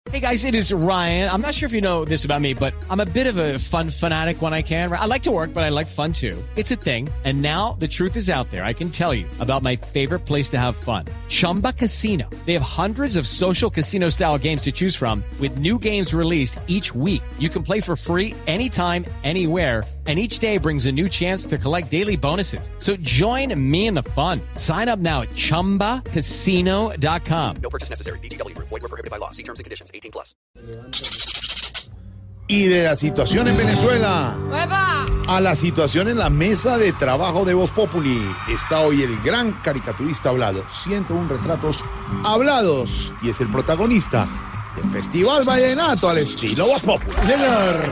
Hey guys, it is Ryan. I'm not sure if you know this about me, but I'm a bit of a fun fanatic when I can. I like to work, but I like fun too. It's a thing. And now the truth is out there. I can tell you about my favorite place to have fun. Chumba Casino. They have hundreds of social casino style games to choose from with new games released each week. You can play for free anytime, anywhere. And each day brings a new chance to collect daily bonuses. So join me in the fun. Sign up now at ChumbaCasino.com. No purchase necessary. VGW Group. Void where prohibited by law. See terms and conditions. 18+. Y de la situación en Venezuela a la situación en la mesa de trabajo de Voz Populi está hoy el gran caricaturista Hablado. 101 retratos hablados y es el protagonista del Festival Vallenato al estilo Voz Populi. Señor.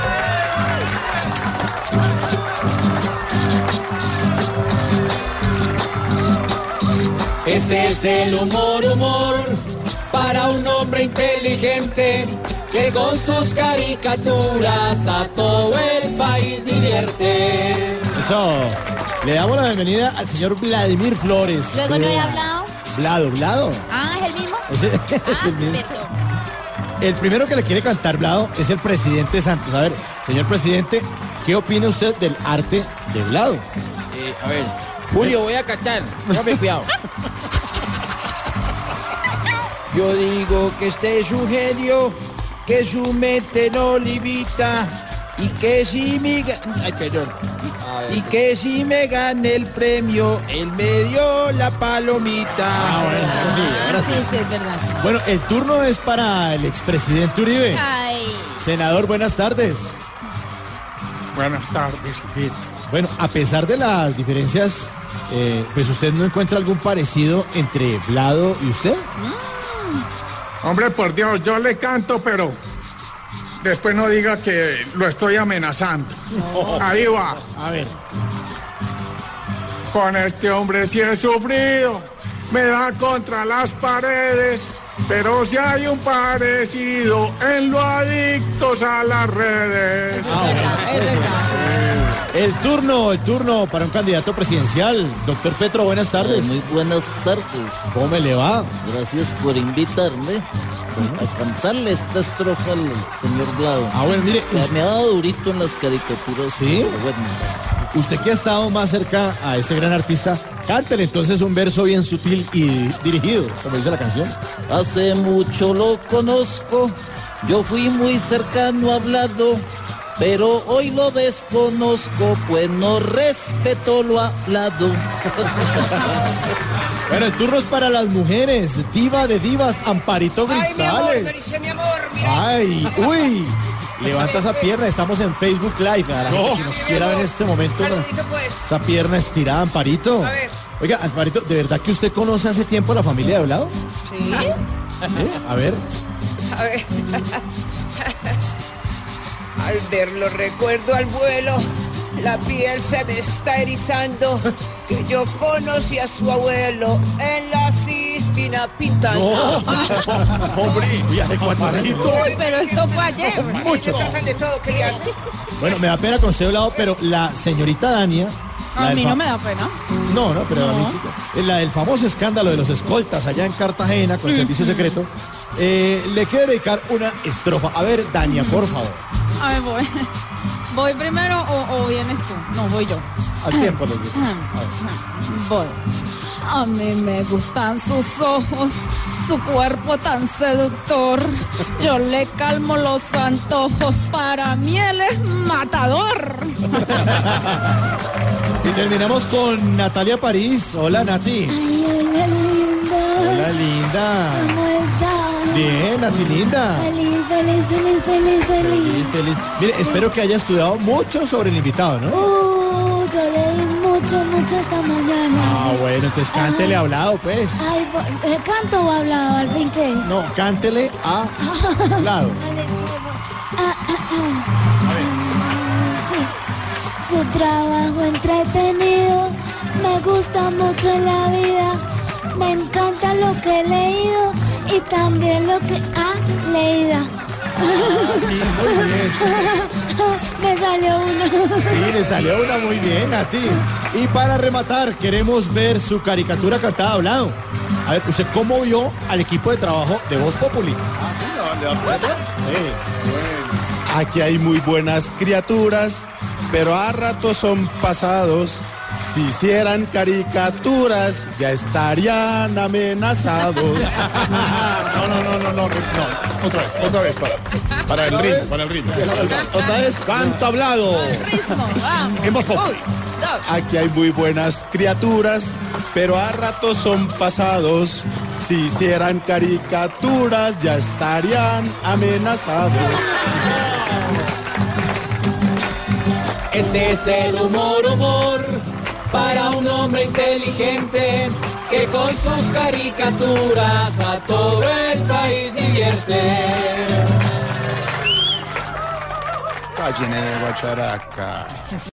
Este es el humor para un hombre inteligente que con sus caricaturas a todo el país divierte. Eso. Le damos la bienvenida al señor Vladimir Flores. ¿Luego no era Hablado? Blado. Ah, ¿es el mismo? Es el mismo. Perdón. El primero que le quiere cantar Blado es el presidente Santos. A ver, señor presidente, ¿qué opina usted del arte de Blado? A ver, Julio, voy a cachar. Tome cuidado. Yo digo que este es un genio, que su mente no limita y que si me y que si me gane el premio, él me dio la palomita. Ahora sí. Sí, es verdad. Bueno, el turno es para el expresidente Uribe. Ay, Senador, buenas tardes. Buenas tardes, hijito. Bueno, a pesar de las diferencias, pues usted no encuentra algún parecido entre Blado y usted. Hombre, por Dios, yo le canto, pero después no diga que lo estoy amenazando. No. Ahí va. A ver. Con este hombre sí he sufrido, me da contra las paredes, pero si hay un parecido en lo adictos a las redes. es verdad. El turno para un candidato presidencial. Doctor Petro, buenas tardes. Muy buenas tardes. ¿Cómo me le va? Gracias por invitarme a cantarle esta estrofa al señor Blado. Ah, bueno, mire. Me ha dado durito en las caricaturas. ¿Sí? Bueno. Usted que ha estado más cerca a este gran artista, cántele entonces un verso bien sutil y dirigido, como dice la canción. Hace mucho lo conozco, yo fui muy cercano a Blado, pero hoy lo desconozco, pues no respeto lo hablado. Bueno, el turno es para las mujeres. Diva de divas, Amparito Grisales. Mi amor, mira. Ay, uy. Levanta esa pierna, estamos en Facebook Live. A la gente que nos quiera ver en este momento. Saludito, pues. Esa pierna estirada, Amparito. A ver. Oiga, Amparito, ¿de verdad que usted conoce hace tiempo a la familia de Hablado? Sí. A ver. A ver. Al verlo recuerdo al vuelo, la piel se me está erizando, que yo conocí a su abuelo en la Cispina pintando. Hombre, viaje cuatradito. Uy, pero esto fue ayer. Mucho. Se tratan de todo, ¿qué le hace? Bueno, me da pena con usted Hablado, pero la señorita Dania. A mí no me da pena. No, pero la del famoso escándalo de los escoltas allá en Cartagena con el servicio secreto, le quiero dedicar una estrofa. A ver, Dania, por favor. A ver, ¿voy primero o vienes tú? No, voy yo. Al tiempo, los digo. Voy. A mí me gustan sus ojos, su cuerpo tan seductor. Yo le calmo los antojos, para mí él es matador. Y terminamos con Natalia París. Hola, Nati. Ay, hola, linda. Hola, linda. ¿Cómo estás? Bien, Nati, linda. Feliz. Feliz. Mire, espero que haya estudiado mucho sobre el invitado, ¿no? Yo leí mucho esta mañana. Ah, bueno, entonces cántele Hablado, pues. Ay, ¿canto o hablado? ¿Al fin qué? No, cántele a Hablado. Vale, sí. Su trabajo entretenido me gusta mucho en la vida. Me encanta lo que he leído y también lo que ha leído. Sí, muy bien. Me salió una. Sí, le salió una muy bien a ti. Y para rematar, queremos ver su caricatura cantada Hablado. A ver, ¿usted cómo vio al equipo de trabajo de Voz Populi? Ah, sí, la Aquí hay muy buenas criaturas, pero a ratos son pasados. Si hicieran caricaturas, ya estarían amenazados. No. Otra vez, para el ritmo. Otra vez. Canto hablado. Ritmo, vamos. En Voz Populi. Aquí hay muy buenas criaturas, pero a ratos son pasados. Si hicieran caricaturas, ya estarían amenazados. Este es el humor para un hombre inteligente que con sus caricaturas a todo el país divierte. Página de Guacharaca.